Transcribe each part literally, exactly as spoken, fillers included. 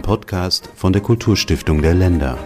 Podcast von der Kulturstiftung der Länder.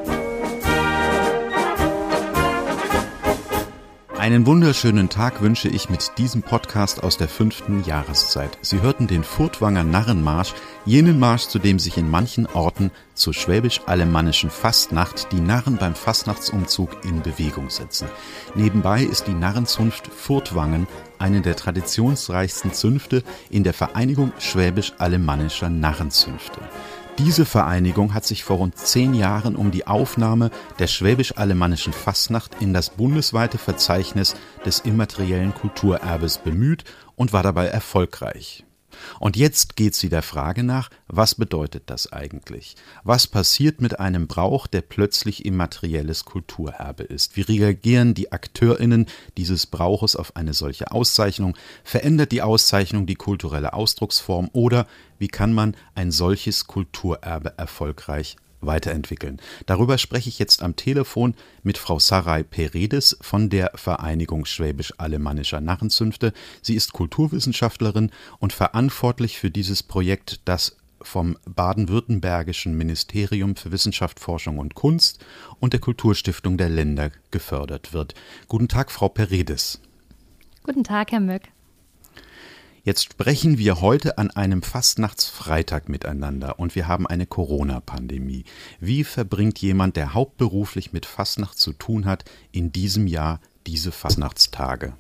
Einen wunderschönen Tag wünsche ich mit diesem Podcast aus der fünften Jahreszeit. Sie hörten den Furtwanger Narrenmarsch, jenen Marsch, zu dem sich in manchen Orten zur schwäbisch-alemannischen Fastnacht die Narren beim Fastnachtsumzug in Bewegung setzen. Nebenbei ist die Narrenzunft Furtwangen eine der traditionsreichsten Zünfte in der Vereinigung schwäbisch-alemannischer Narrenzünfte. Diese Vereinigung hat sich vor rund zehn Jahren um die Aufnahme der schwäbisch-alemannischen Fastnacht in das bundesweite Verzeichnis des immateriellen Kulturerbes bemüht und war dabei erfolgreich. Und jetzt geht sie der Frage nach, was bedeutet das eigentlich? Was passiert mit einem Brauch, der plötzlich immaterielles Kulturerbe ist? Wie reagieren die AkteurInnen dieses Brauches auf eine solche Auszeichnung? Verändert die Auszeichnung die kulturelle Ausdrucksform oder wie kann man ein solches Kulturerbe erfolgreich weiterentwickeln? Darüber spreche ich jetzt am Telefon mit Frau Saray Peredes von der Vereinigung schwäbisch-alemannischer Narrenzünfte. Sie ist Kulturwissenschaftlerin und verantwortlich für dieses Projekt, das vom baden-württembergischen Ministerium für Wissenschaft, Forschung und Kunst und der Kulturstiftung der Länder gefördert wird. Guten Tag, Frau Peredes. Guten Tag, Herr Möck. Jetzt sprechen wir heute an einem Fastnachtsfreitag miteinander und wir haben eine Corona-Pandemie. Wie verbringt jemand, der hauptberuflich mit Fastnacht zu tun hat, in diesem Jahr diese Fastnachtstage?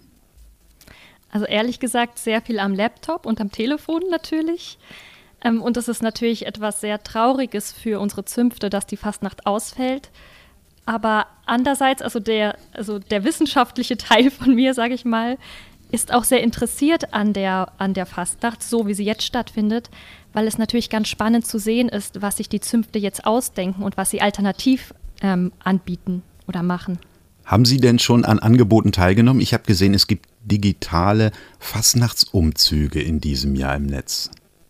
Also ehrlich gesagt sehr viel am Laptop und am Telefon natürlich. Und es ist natürlich etwas sehr Trauriges für unsere Zünfte, dass die Fastnacht ausfällt. Aber andererseits, also der, also der wissenschaftliche Teil von mir, sage ich mal, ist auch sehr interessiert an der, an der Fastnacht, so wie sie jetzt stattfindet, weil es natürlich ganz spannend zu sehen ist, was sich die Zünfte jetzt ausdenken und was sie alternativ ähm, anbieten oder machen. Haben Sie denn schon an Angeboten teilgenommen? Ich habe gesehen, es gibt digitale Fastnachtsumzüge in diesem Jahr im Netz.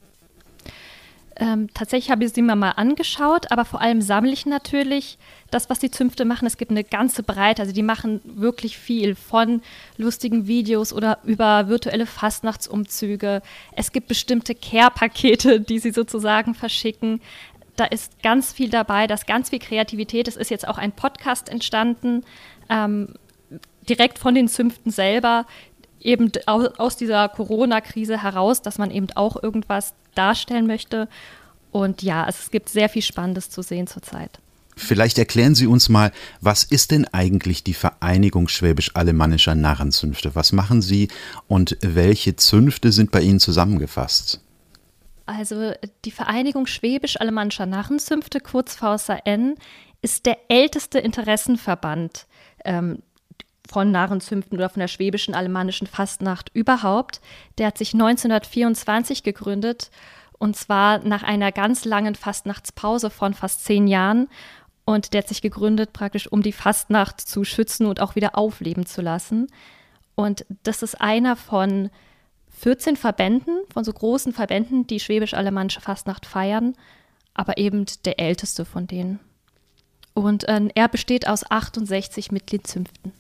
Ähm, tatsächlich habe ich sie mir mal angeschaut, aber vor allem sammle ich natürlich das, was die Zünfte machen. Es gibt eine ganze Breite, also die machen wirklich viel, von lustigen Videos oder über virtuelle Fastnachtsumzüge. Es gibt bestimmte Care-Pakete, die sie sozusagen verschicken. Da ist ganz viel dabei, da ist ganz viel Kreativität. Es ist jetzt auch ein Podcast entstanden, ähm, direkt von den Zünften selber, eben aus dieser Corona-Krise heraus, dass man eben auch irgendwas darstellen möchte. Und ja, es gibt sehr viel Spannendes zu sehen zurzeit. Vielleicht erklären Sie uns mal, was ist denn eigentlich die Vereinigung schwäbisch-alemannischer Narrenzünfte? Was machen Sie und welche Zünfte sind bei Ihnen zusammengefasst? Also die Vereinigung schwäbisch-alemannischer Narrenzünfte, kurz V S A N, ist der älteste Interessenverband ähm, von Narrenzünften oder von der schwäbischen alemannischen Fastnacht überhaupt. Der hat sich neunzehnhundertvierundzwanzig gegründet und zwar nach einer ganz langen Fastnachtspause von fast zehn Jahren. Und der hat sich gegründet praktisch, um die Fastnacht zu schützen und auch wieder aufleben zu lassen. Und das ist einer von vierzehn Verbänden, von so großen Verbänden, die schwäbisch-alemannische Fastnacht feiern, aber eben der älteste von denen. Und äh, er besteht aus achtundsechzig Mitgliedszünften.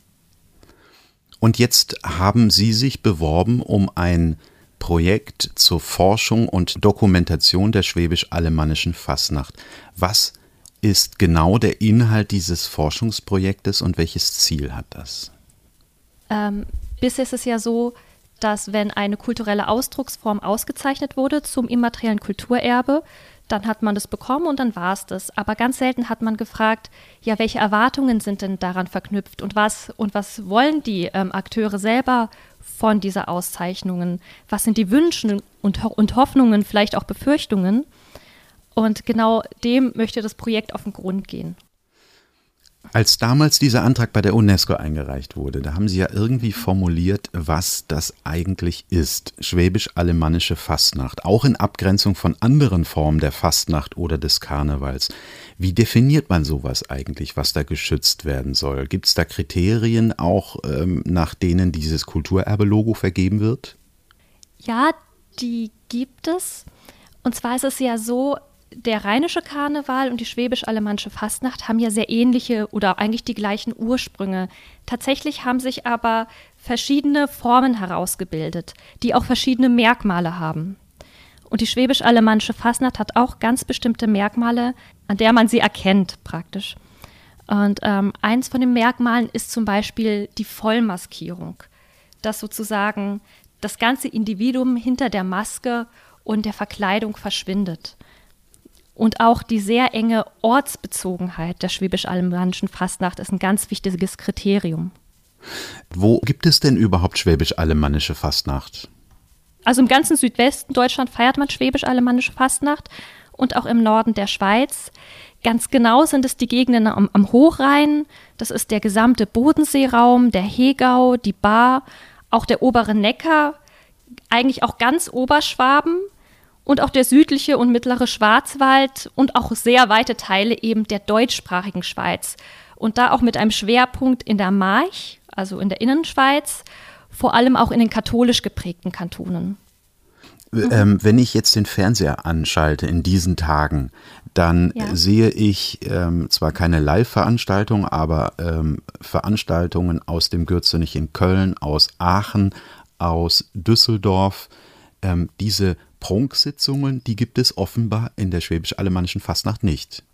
Und jetzt haben Sie sich beworben um ein Projekt zur Forschung und Dokumentation der schwäbisch-alemannischen Fastnacht. Was ist genau der Inhalt dieses Forschungsprojektes und welches Ziel hat das? Ähm, bisher ist es ja so, dass wenn eine kulturelle Ausdrucksform ausgezeichnet wurde zum immateriellen Kulturerbe, dann hat man das bekommen und dann war es das. Aber ganz selten hat man gefragt, ja, welche Erwartungen sind denn daran verknüpft und was, und was wollen die ähm, Akteure selber von dieser Auszeichnungen? Was sind die Wünsche und, und Hoffnungen, vielleicht auch Befürchtungen? Und genau dem möchte das Projekt auf den Grund gehen. Als damals dieser Antrag bei der UNESCO eingereicht wurde, da haben Sie ja irgendwie formuliert, was das eigentlich ist. Schwäbisch-alemannische Fastnacht, auch in Abgrenzung von anderen Formen der Fastnacht oder des Karnevals. Wie definiert man sowas eigentlich, was da geschützt werden soll? Gibt es da Kriterien auch, ähm, nach denen dieses Kulturerbe-Logo vergeben wird? Ja, die gibt es. Und zwar ist es ja so, der rheinische Karneval und die schwäbisch-alemannische Fastnacht haben ja sehr ähnliche oder eigentlich die gleichen Ursprünge. Tatsächlich haben sich aber verschiedene Formen herausgebildet, die auch verschiedene Merkmale haben. Und die schwäbisch-alemannische Fastnacht hat auch ganz bestimmte Merkmale, an der man sie erkennt praktisch. Und ähm, eins von den Merkmalen ist zum Beispiel die Vollmaskierung, dass sozusagen das ganze Individuum hinter der Maske und der Verkleidung verschwindet. Und auch die sehr enge Ortsbezogenheit der schwäbisch-alemannischen Fastnacht ist ein ganz wichtiges Kriterium. Wo gibt es denn überhaupt schwäbisch-alemannische Fastnacht? Also im ganzen Südwesten Deutschland feiert man schwäbisch-alemannische Fastnacht und auch im Norden der Schweiz. Ganz genau sind es die Gegenden am, am Hochrhein, das ist der gesamte Bodenseeraum, der Hegau, die Baar, auch der obere Neckar, eigentlich auch ganz Oberschwaben und auch der südliche und mittlere Schwarzwald und auch sehr weite Teile eben der deutschsprachigen Schweiz. Und da auch mit einem Schwerpunkt in der March, also in der Innenschweiz, vor allem auch in den katholisch geprägten Kantonen. Ähm, wenn ich jetzt den Fernseher anschalte in diesen Tagen, dann ja. sehe ich ähm, zwar keine Live-Veranstaltung, aber ähm, Veranstaltungen aus dem Gürzenich in Köln, aus Aachen, aus Düsseldorf. Ähm, diese Prunksitzungen, die gibt es offenbar in der schwäbisch-alemannischen Fastnacht nicht.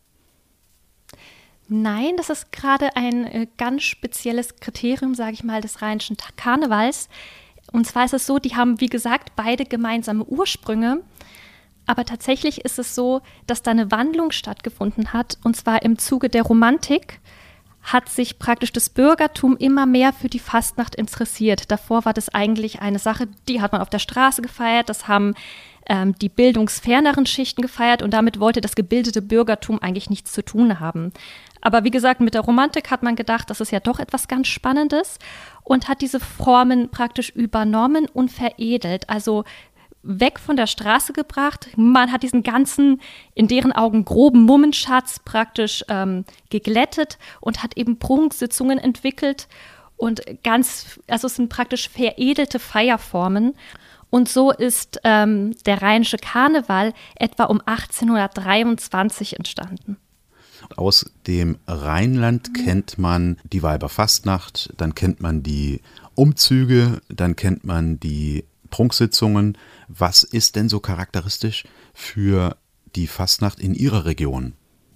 Nein, das ist gerade ein äh, ganz spezielles Kriterium, sage ich mal, des rheinischen Karnevals. Und zwar ist es so, die haben, wie gesagt, beide gemeinsame Ursprünge. Aber tatsächlich ist es so, dass da eine Wandlung stattgefunden hat. Und zwar im Zuge der Romantik hat sich praktisch das Bürgertum immer mehr für die Fastnacht interessiert. Davor war das eigentlich eine Sache, die hat man auf der Straße gefeiert. Das haben ähm, die bildungsferneren Schichten gefeiert. Und damit wollte das gebildete Bürgertum eigentlich nichts zu tun haben. Aber wie gesagt, mit der Romantik hat man gedacht, das ist ja doch etwas ganz Spannendes und hat diese Formen praktisch übernommen und veredelt, also weg von der Straße gebracht. Man hat diesen ganzen, in deren Augen groben Mummenschatz praktisch ähm, geglättet und hat eben Prunksitzungen entwickelt und ganz, also es sind praktisch veredelte Feierformen. Und so ist ähm, der rheinische Karneval etwa um achtzehnhundertdreiundzwanzig entstanden. Aus dem Rheinland kennt man die Weiberfastnacht, dann kennt man die Umzüge, dann kennt man die Prunksitzungen. Was ist denn so charakteristisch für die Fastnacht in Ihrer Region?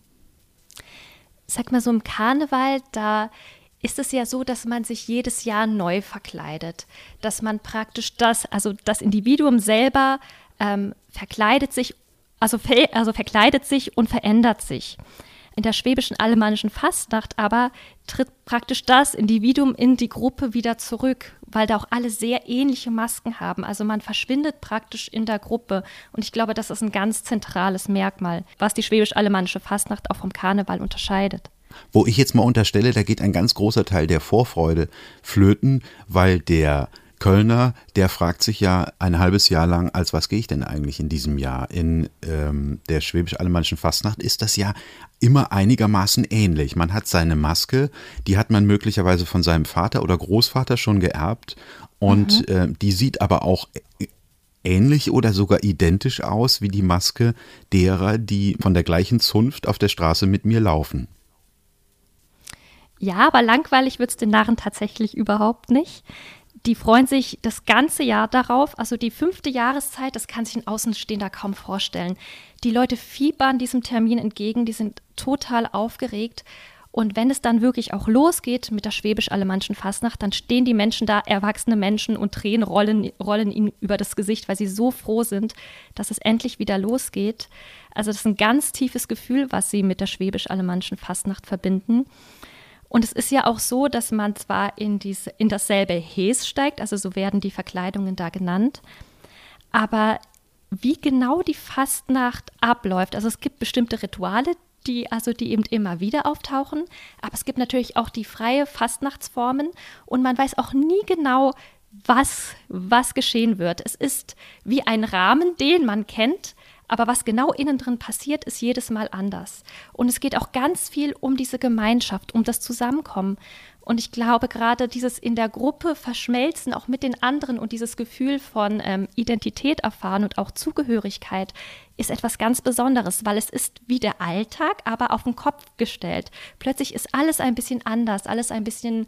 Sag mal, so im Karneval, da ist es ja so, dass man sich jedes Jahr neu verkleidet. Dass man praktisch das, also das Individuum selber ähm, verkleidet sich, also, ver, also verkleidet sich und verändert sich. In der schwäbischen alemannischen Fastnacht aber tritt praktisch das Individuum in die Gruppe wieder zurück, weil da auch alle sehr ähnliche Masken haben. Also man verschwindet praktisch in der Gruppe. Und ich glaube, das ist ein ganz zentrales Merkmal, was die schwäbisch-alemannische Fastnacht auch vom Karneval unterscheidet. Wo ich jetzt mal unterstelle, da geht ein ganz großer Teil der Vorfreude flöten, weil der Kölner, der fragt sich ja ein halbes Jahr lang, als was gehe ich denn eigentlich in diesem Jahr? In ähm, der schwäbisch-alemannischen Fastnacht ist das ja immer einigermaßen ähnlich. Man hat seine Maske, die hat man möglicherweise von seinem Vater oder Großvater schon geerbt und mhm. äh, die sieht aber auch ähnlich oder sogar identisch aus wie die Maske derer, die von der gleichen Zunft auf der Straße mit mir laufen. Ja, aber langweilig wird es den Narren tatsächlich überhaupt nicht. Die freuen sich das ganze Jahr darauf, also die fünfte Jahreszeit, das kann sich ein Außenstehender kaum vorstellen. Die Leute fiebern diesem Termin entgegen, die sind total aufgeregt. Und wenn es dann wirklich auch losgeht mit der schwäbisch-alemannischen Fastnacht, dann stehen die Menschen da, erwachsene Menschen, und Tränen rollen, rollen ihnen über das Gesicht, weil sie so froh sind, dass es endlich wieder losgeht. Also das ist ein ganz tiefes Gefühl, was sie mit der schwäbisch-alemannischen Fastnacht verbinden. Und es ist ja auch so, dass man zwar in, diese, in dasselbe Hes steigt, also so werden die Verkleidungen da genannt, aber wie genau die Fastnacht abläuft, also es gibt bestimmte Rituale, die also die eben immer wieder auftauchen, aber es gibt natürlich auch die freie Fastnachtsformen und man weiß auch nie genau, was, was geschehen wird. Es ist wie ein Rahmen, den man kennt, aber was genau innen drin passiert, ist jedes Mal anders. Und es geht auch ganz viel um diese Gemeinschaft, um das Zusammenkommen. Und ich glaube, gerade dieses in der Gruppe verschmelzen, auch mit den anderen und dieses Gefühl von ähm, Identität erfahren und auch Zugehörigkeit, ist etwas ganz Besonderes, weil es ist wie der Alltag, aber auf den Kopf gestellt. Plötzlich ist alles ein bisschen anders, alles ein bisschen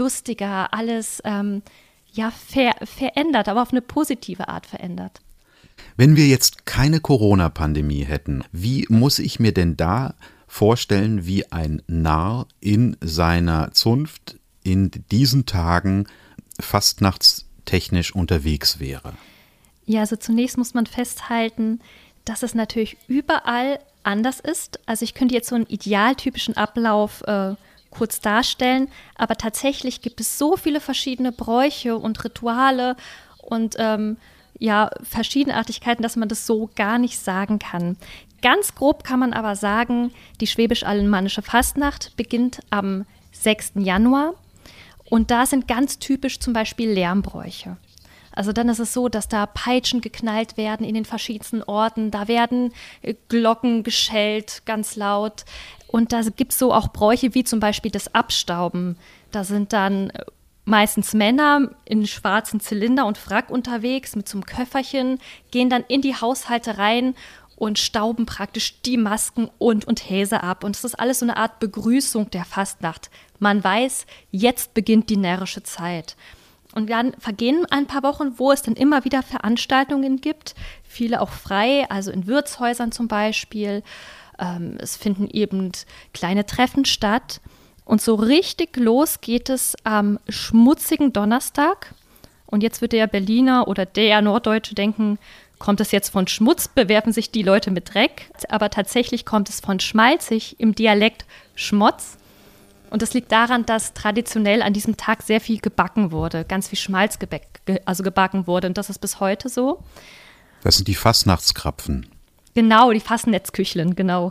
lustiger, alles ähm, ja ver- verändert, aber auf eine positive Art verändert. Wenn wir jetzt keine Corona-Pandemie hätten, wie muss ich mir denn da vorstellen, wie ein Narr in seiner Zunft in diesen Tagen fastnachtstechnisch unterwegs wäre? Ja, also zunächst muss man festhalten, dass es natürlich überall anders ist. Also ich könnte jetzt so einen idealtypischen Ablauf äh, kurz darstellen, aber tatsächlich gibt es so viele verschiedene Bräuche und Rituale und ähm, ja, Verschiedenartigkeiten, dass man das so gar nicht sagen kann. Ganz grob kann man aber sagen, die schwäbisch-alemannische Fastnacht beginnt am sechsten Januar und da sind ganz typisch zum Beispiel Lärmbräuche. Also dann ist es so, dass da Peitschen geknallt werden in den verschiedensten Orten, da werden Glocken geschellt, ganz laut. Und da gibt es so auch Bräuche wie zum Beispiel das Abstauben. Da sind dann meistens Männer in schwarzen Zylinder und Frack unterwegs mit so einem Köfferchen, gehen dann in die Haushalte rein und stauben praktisch die Masken und, und Häse ab. Und es ist alles so eine Art Begrüßung der Fastnacht. Man weiß, jetzt beginnt die närrische Zeit. Und dann vergehen ein paar Wochen, wo es dann immer wieder Veranstaltungen gibt, viele auch frei, also in Wirtshäusern zum Beispiel. Ähm, es finden eben kleine Treffen statt. Und so richtig los geht es am schmutzigen Donnerstag. Und jetzt wird der Berliner oder der Norddeutsche denken, kommt es jetzt von Schmutz, bewerfen sich die Leute mit Dreck. Aber tatsächlich kommt es von schmalzig, im Dialekt Schmotz. Und das liegt daran, dass traditionell an diesem Tag sehr viel gebacken wurde, ganz viel Schmalzgebäck, also gebacken wurde. Und das ist bis heute so. Das sind die Fastnachtskrapfen. Genau, die Fastnetzkücheln, genau.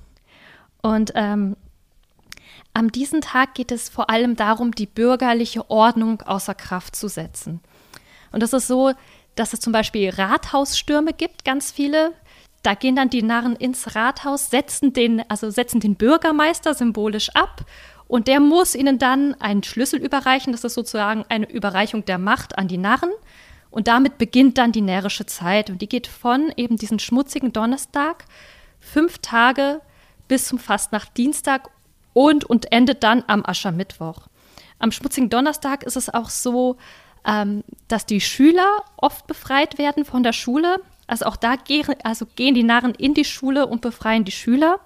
Und ähm, an diesem Tag geht es vor allem darum, die bürgerliche Ordnung außer Kraft zu setzen. Und das ist so, dass es zum Beispiel Rathausstürme gibt, ganz viele. Da gehen dann die Narren ins Rathaus, setzen den, also setzen den Bürgermeister symbolisch ab. Und der muss ihnen dann einen Schlüssel überreichen. Das ist sozusagen eine Überreichung der Macht an die Narren. Und damit beginnt dann die närrische Zeit. Und die geht von eben diesem schmutzigen Donnerstag fünf Tage bis zum Fastnachtdienstag und, und endet dann am Aschermittwoch. Am schmutzigen Donnerstag ist es auch so, ähm, dass die Schüler oft befreit werden von der Schule. Also auch da gehen, also gehen die Narren in die Schule und befreien die Schüler.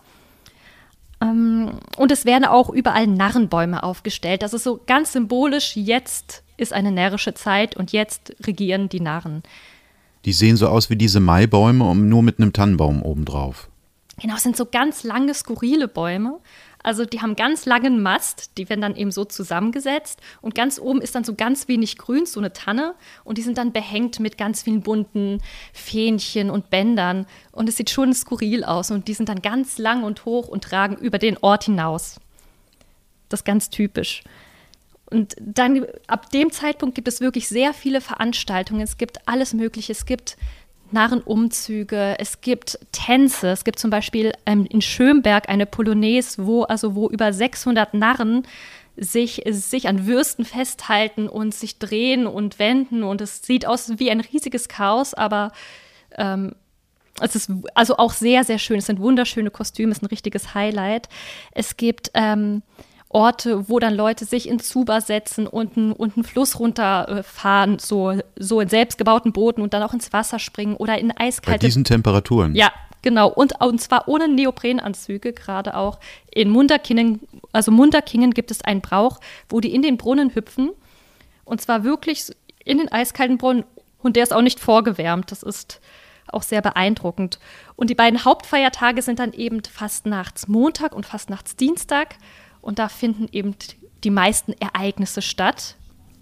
Und es werden auch überall Narrenbäume aufgestellt. Das ist so ganz symbolisch, jetzt ist eine närrische Zeit und jetzt regieren die Narren. Die sehen so aus wie diese Maibäume, nur mit einem Tannenbaum obendrauf. Genau, es sind so ganz lange, skurrile Bäume. Also die haben ganz langen Mast, die werden dann eben so zusammengesetzt und ganz oben ist dann so ganz wenig Grün, so eine Tanne und die sind dann behängt mit ganz vielen bunten Fähnchen und Bändern und es sieht schon skurril aus und die sind dann ganz lang und hoch und tragen über den Ort hinaus. Das ist ganz typisch. Und dann ab dem Zeitpunkt gibt es wirklich sehr viele Veranstaltungen, es gibt alles Mögliche, es gibt Narrenumzüge, es gibt Tänze, es gibt zum Beispiel ähm, in Schönberg eine Polonaise, wo, also wo über sechshundert Narren sich, sich an Würsten festhalten und sich drehen und wenden und es sieht aus wie ein riesiges Chaos, aber ähm, es ist also auch sehr, sehr schön, es sind wunderschöne Kostüme, es ist ein richtiges Highlight. Es gibt ähm, Orte, wo dann Leute sich in Zuber setzen und, ein, und einen Fluss runterfahren, so, so in selbstgebauten Booten und dann auch ins Wasser springen oder in eiskalte... Bei diesen Temperaturen? Ja, genau. Und, und zwar ohne Neoprenanzüge, gerade auch. In Munderkingen, also Munderkingen gibt es einen Brauch, wo die in den Brunnen hüpfen und zwar wirklich in den eiskalten Brunnen und der ist auch nicht vorgewärmt. Das ist auch sehr beeindruckend. Und die beiden Hauptfeiertage sind dann eben Fastnachtsmontag und Fastnachtsdienstag. Und da finden eben die meisten Ereignisse statt.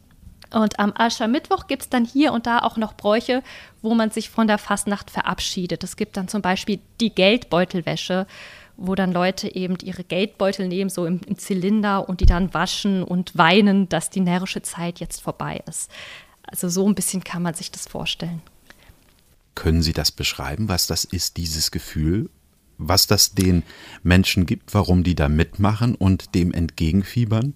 Und am Aschermittwoch gibt es dann hier und da auch noch Bräuche, wo man sich von der Fastnacht verabschiedet. Es gibt dann zum Beispiel die Geldbeutelwäsche, wo dann Leute eben ihre Geldbeutel nehmen, so im, im Zylinder und die dann waschen und weinen, dass die närrische Zeit jetzt vorbei ist. Also so ein bisschen kann man sich das vorstellen. Können Sie das beschreiben, was das ist, dieses Gefühl? Was das den Menschen gibt, warum die da mitmachen und dem entgegenfiebern?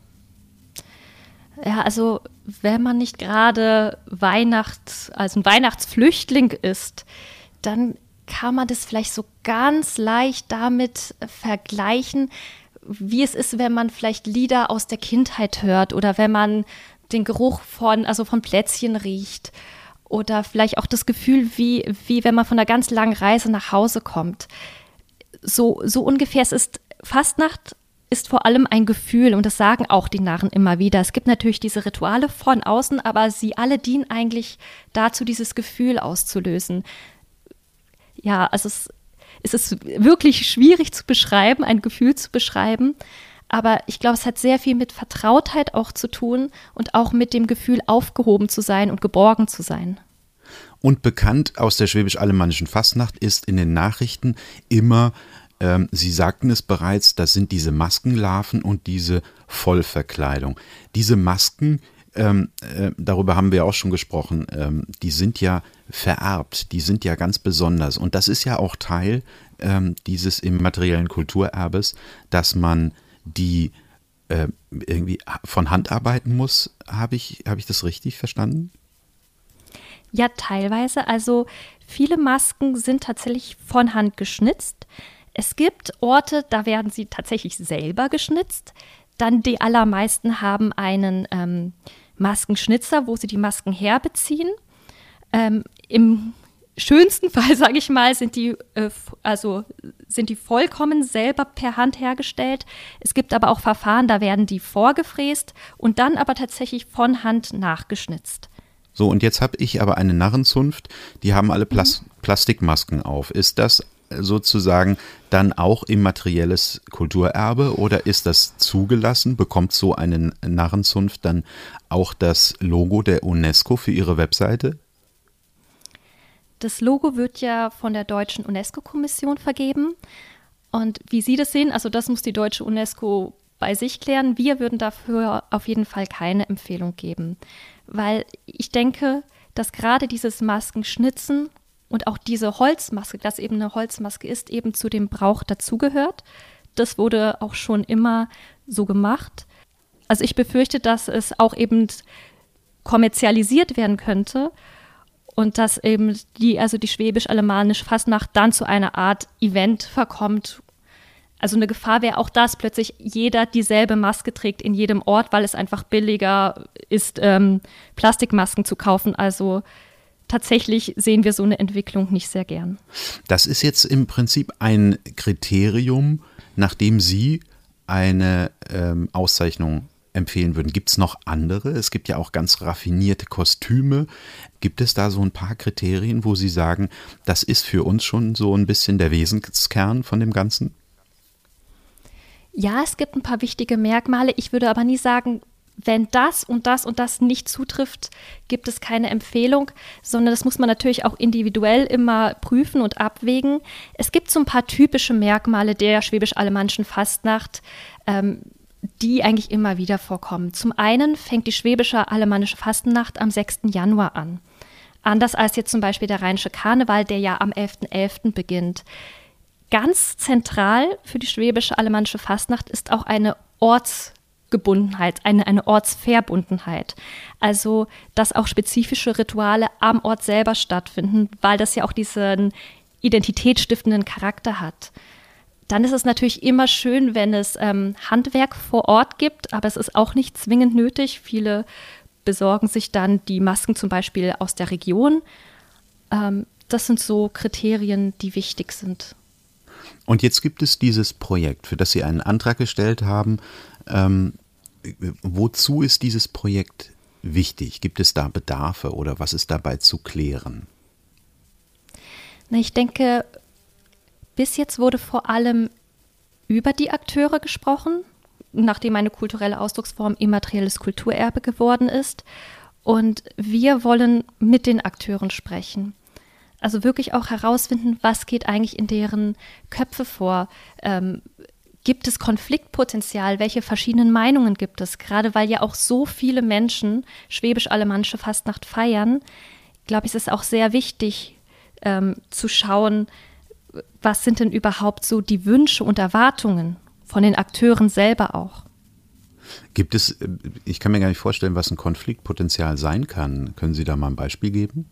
Ja, also wenn man nicht gerade Weihnachts, also ein Weihnachtsflüchtling ist, dann kann man das vielleicht so ganz leicht damit vergleichen, wie es ist, wenn man vielleicht Lieder aus der Kindheit hört oder wenn man den Geruch von, also von Plätzchen riecht. Oder vielleicht auch das Gefühl, wie, wie wenn man von einer ganz langen Reise nach Hause kommt. So, so ungefähr, es ist Fastnacht ist vor allem ein Gefühl und das sagen auch die Narren immer wieder. Es gibt natürlich diese Rituale von außen, aber sie alle dienen eigentlich dazu, dieses Gefühl auszulösen. Ja, also es, es ist wirklich schwierig zu beschreiben, ein Gefühl zu beschreiben, aber ich glaube, es hat sehr viel mit Vertrautheit auch zu tun und auch mit dem Gefühl, aufgehoben zu sein und geborgen zu sein. Und bekannt aus der schwäbisch-alemannischen Fastnacht ist in den Nachrichten immer, ähm, Sie sagten es bereits, das sind diese Maskenlarven und diese Vollverkleidung. Diese Masken, ähm, äh, darüber haben wir auch schon gesprochen, ähm, die sind ja vererbt, die sind ja ganz besonders. Und das ist ja auch Teil ähm, dieses immateriellen Kulturerbes, dass man die äh, irgendwie von Hand arbeiten muss. Habe ich, habe ich das richtig verstanden? Ja, teilweise. Also viele Masken sind tatsächlich von Hand geschnitzt. Es gibt Orte, da werden sie tatsächlich selber geschnitzt. Dann die allermeisten haben einen ähm, Maskenschnitzer, wo sie die Masken herbeziehen. Ähm, Im schönsten Fall, sage ich mal, sind die, äh, also sind die vollkommen selber per Hand hergestellt. Es gibt aber auch Verfahren, da werden die vorgefräst und dann aber tatsächlich von Hand nachgeschnitzt. So, und jetzt habe ich aber eine Narrenzunft, die haben alle Plas- mhm. Plastikmasken auf. Ist das sozusagen dann auch immaterielles Kulturerbe oder ist das zugelassen? Bekommt so eine Narrenzunft dann auch das Logo der UNESCO für ihre Webseite? Das Logo wird ja von der Deutschen UNESCO-Kommission vergeben. Und wie Sie das sehen, also das muss die Deutsche UNESCO bei sich klären. Wir würden dafür auf jeden Fall keine Empfehlung geben. Weil ich denke, dass gerade dieses Maskenschnitzen und auch diese Holzmaske, dass eben eine Holzmaske ist, eben zu dem Brauch dazugehört. Das wurde auch schon immer so gemacht. Also ich befürchte, dass es auch eben kommerzialisiert werden könnte und dass eben die, also die schwäbisch-alemannische Fastnacht dann zu einer Art Event verkommt. Also eine Gefahr wäre auch, dass plötzlich jeder dieselbe Maske trägt in jedem Ort, weil es einfach billiger ist, ähm, Plastikmasken zu kaufen. Also tatsächlich sehen wir so eine Entwicklung nicht sehr gern. Das ist jetzt im Prinzip ein Kriterium, nach dem Sie eine ähm, Auszeichnung empfehlen würden. Gibt es noch andere? Es gibt ja auch ganz raffinierte Kostüme. Gibt es da so ein paar Kriterien, wo Sie sagen, das ist für uns schon so ein bisschen der Wesenskern von dem Ganzen? Ja, es gibt ein paar wichtige Merkmale. Ich würde aber nie sagen, wenn das und das und das nicht zutrifft, gibt es keine Empfehlung, sondern das muss man natürlich auch individuell immer prüfen und abwägen. Es gibt so ein paar typische Merkmale der schwäbisch-alemannischen Fastnacht, ähm, die eigentlich immer wieder vorkommen. Zum einen fängt die schwäbische-alemannische Fastnacht am sechsten Januar an. Anders als jetzt zum Beispiel der rheinische Karneval, der ja am elften elften beginnt. Ganz zentral für die schwäbische-alemannische Fastnacht ist auch eine Ortsgebundenheit, eine, eine Ortsverbundenheit. Also, dass auch spezifische Rituale am Ort selber stattfinden, weil das ja auch diesen identitätsstiftenden Charakter hat. Dann ist es natürlich immer schön, wenn es ähm, Handwerk vor Ort gibt, aber es ist auch nicht zwingend nötig. Viele besorgen sich dann die Masken zum Beispiel aus der Region. Ähm, das sind so Kriterien, die wichtig sind. Und jetzt gibt es dieses Projekt, für das Sie einen Antrag gestellt haben. Ähm, wozu ist dieses Projekt wichtig? Gibt es da Bedarfe oder was ist dabei zu klären? Na, ich denke, bis jetzt wurde vor allem über die Akteure gesprochen, nachdem eine kulturelle Ausdrucksform immaterielles Kulturerbe geworden ist. Und wir wollen mit den Akteuren sprechen. Also wirklich auch herausfinden, was geht eigentlich in deren Köpfe vor. Ähm, gibt es Konfliktpotenzial? Welche verschiedenen Meinungen gibt es? Gerade weil ja auch so viele Menschen schwäbisch-alemannische Fastnacht feiern, glaube ich, ist es auch sehr wichtig ähm, zu schauen, was sind denn überhaupt so die Wünsche und Erwartungen von den Akteuren selber auch. Gibt es, ich kann mir gar nicht vorstellen, was ein Konfliktpotenzial sein kann. Können Sie da mal ein Beispiel geben?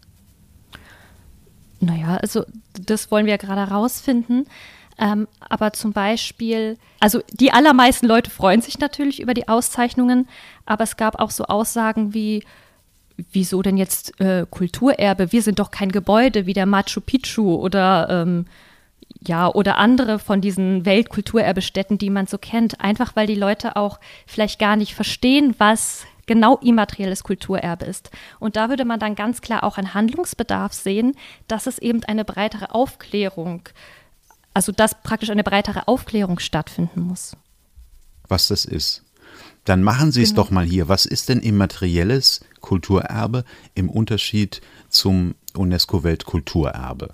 Naja, also das wollen wir ja gerade herausfinden. Ähm, aber zum Beispiel, also die allermeisten Leute freuen sich natürlich über die Auszeichnungen, aber es gab auch so Aussagen wie, wieso denn jetzt äh, Kulturerbe? Wir sind doch kein Gebäude wie der Machu Picchu oder ähm, ja, oder andere von diesen Weltkulturerbestätten, die man so kennt. Einfach weil die Leute auch vielleicht gar nicht verstehen, was genau immaterielles Kulturerbe ist. Und da würde man dann ganz klar auch einen Handlungsbedarf sehen, dass es eben eine breitere Aufklärung, also dass praktisch eine breitere Aufklärung stattfinden muss. Was das ist. Dann machen Sie es Genau. doch mal hier. Was ist denn immaterielles Kulturerbe im Unterschied zum UNESCO-Weltkulturerbe?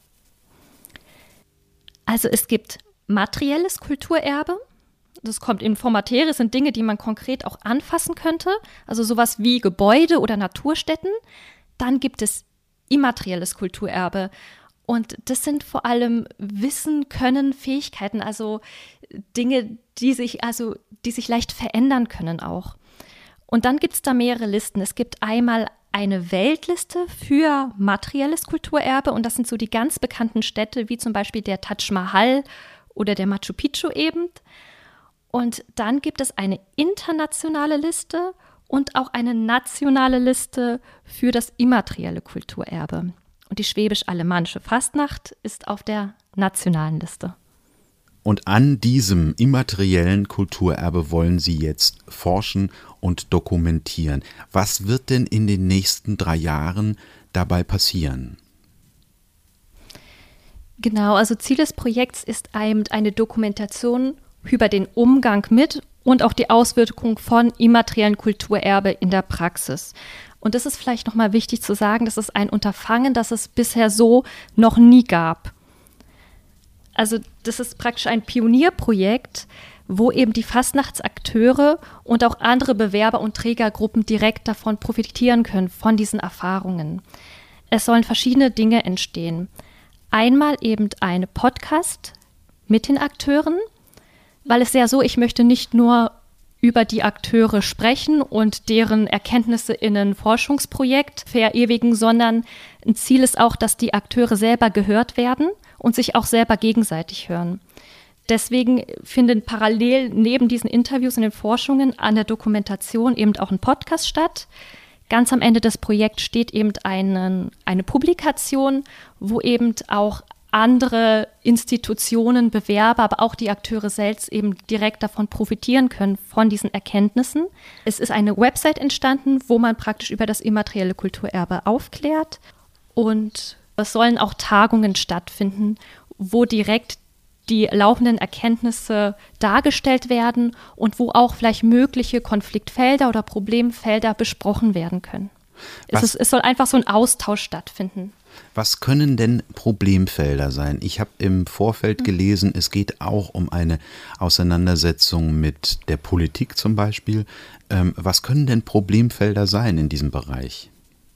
Also es gibt materielles Kulturerbe. Das kommt in Formatäre, sind Dinge, die man konkret auch anfassen könnte. Also sowas wie Gebäude oder Naturstätten. Dann gibt es immaterielles Kulturerbe. Und das sind vor allem Wissen, Können, Fähigkeiten, also Dinge, die sich, also, die sich leicht verändern können auch. Und dann gibt es da mehrere Listen. Es gibt einmal eine Weltliste für materielles Kulturerbe und das sind so die ganz bekannten Städte, wie zum Beispiel der Taj Mahal oder der Machu Picchu eben. Und dann gibt es eine internationale Liste und auch eine nationale Liste für das immaterielle Kulturerbe. Und die schwäbisch-alemannische Fastnacht ist auf der nationalen Liste. Und an diesem immateriellen Kulturerbe wollen Sie jetzt forschen und dokumentieren. Was wird denn in den nächsten drei Jahren dabei passieren? Genau, also Ziel des Projekts ist eine Dokumentation über den Umgang mit und auch die Auswirkungen von immateriellen Kulturerbe in der Praxis. Und das ist vielleicht nochmal wichtig zu sagen, das ist ein Unterfangen, das es bisher so noch nie gab. Also das ist praktisch ein Pionierprojekt, wo eben die Fastnachtsakteure und auch andere Bewerber und Trägergruppen direkt davon profitieren können, von diesen Erfahrungen. Es sollen verschiedene Dinge entstehen. Einmal eben eine Podcast mit den Akteuren, weil es ja so, ich möchte nicht nur über die Akteure sprechen und deren Erkenntnisse in ein Forschungsprojekt verewigen, sondern ein Ziel ist auch, dass die Akteure selber gehört werden und sich auch selber gegenseitig hören. Deswegen finden parallel neben diesen Interviews und den Forschungen an der Dokumentation eben auch ein Podcast statt. Ganz am Ende des Projekts steht eben eine, eine Publikation, wo eben auch andere Institutionen, Bewerber, aber auch die Akteure selbst eben direkt davon profitieren können, von diesen Erkenntnissen. Es ist eine Website entstanden, wo man praktisch über das immaterielle Kulturerbe aufklärt. Und es sollen auch Tagungen stattfinden, wo direkt die laufenden Erkenntnisse dargestellt werden und wo auch vielleicht mögliche Konfliktfelder oder Problemfelder besprochen werden können. Es, ist, es soll einfach so ein Austausch stattfinden. Was können denn Problemfelder sein? Ich habe im Vorfeld gelesen, es geht auch um eine Auseinandersetzung mit der Politik zum Beispiel. Ähm, was können denn Problemfelder sein in diesem Bereich?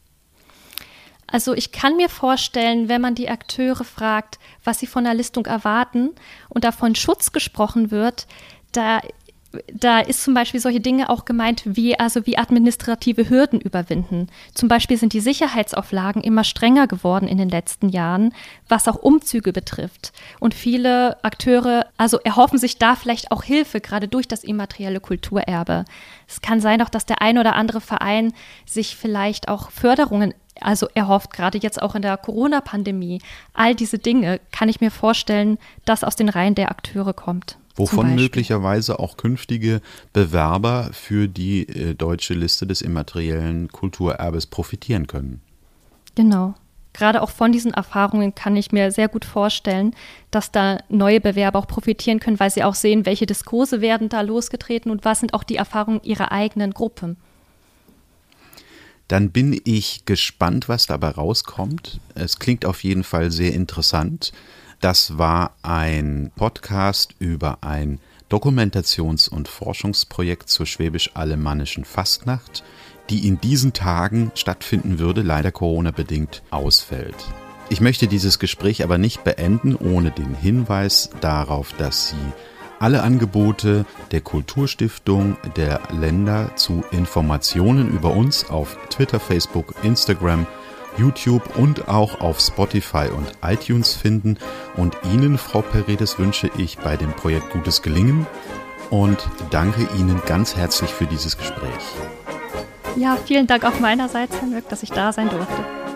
Also ich kann mir vorstellen, wenn man die Akteure fragt, was sie von der Listung erwarten und davon Schutz gesprochen wird, da Da ist zum Beispiel solche Dinge auch gemeint, wie, also wie administrative Hürden überwinden. Zum Beispiel sind die Sicherheitsauflagen immer strenger geworden in den letzten Jahren, was auch Umzüge betrifft. Und viele Akteure, also erhoffen sich da vielleicht auch Hilfe, gerade durch das immaterielle Kulturerbe. Es kann sein auch, dass der ein oder andere Verein sich vielleicht auch Förderungen also erhofft, gerade jetzt auch in der Corona-Pandemie. All diese Dinge kann ich mir vorstellen, dass aus den Reihen der Akteure kommt. Wovon möglicherweise auch künftige Bewerber für die äh, deutsche Liste des immateriellen Kulturerbes profitieren können. Genau. Gerade auch von diesen Erfahrungen kann ich mir sehr gut vorstellen, dass da neue Bewerber auch profitieren können, weil sie auch sehen, welche Diskurse werden da losgetreten und was sind auch die Erfahrungen ihrer eigenen Gruppe. Dann bin ich gespannt, was dabei rauskommt. Es klingt auf jeden Fall sehr interessant. Das war ein Podcast über ein Dokumentations- und Forschungsprojekt zur schwäbisch-alemannischen Fastnacht, die in diesen Tagen stattfinden würde, leider Corona-bedingt ausfällt. Ich möchte dieses Gespräch aber nicht beenden ohne den Hinweis darauf, dass Sie alle Angebote der Kulturstiftung der Länder zu Informationen über uns auf Twitter, Facebook, Instagram, YouTube und auch auf Spotify und iTunes finden. Und Ihnen, Frau Paredes, wünsche ich bei dem Projekt gutes Gelingen und danke Ihnen ganz herzlich für dieses Gespräch. Ja, vielen Dank auch meinerseits, Herr Möck, dass ich da sein durfte.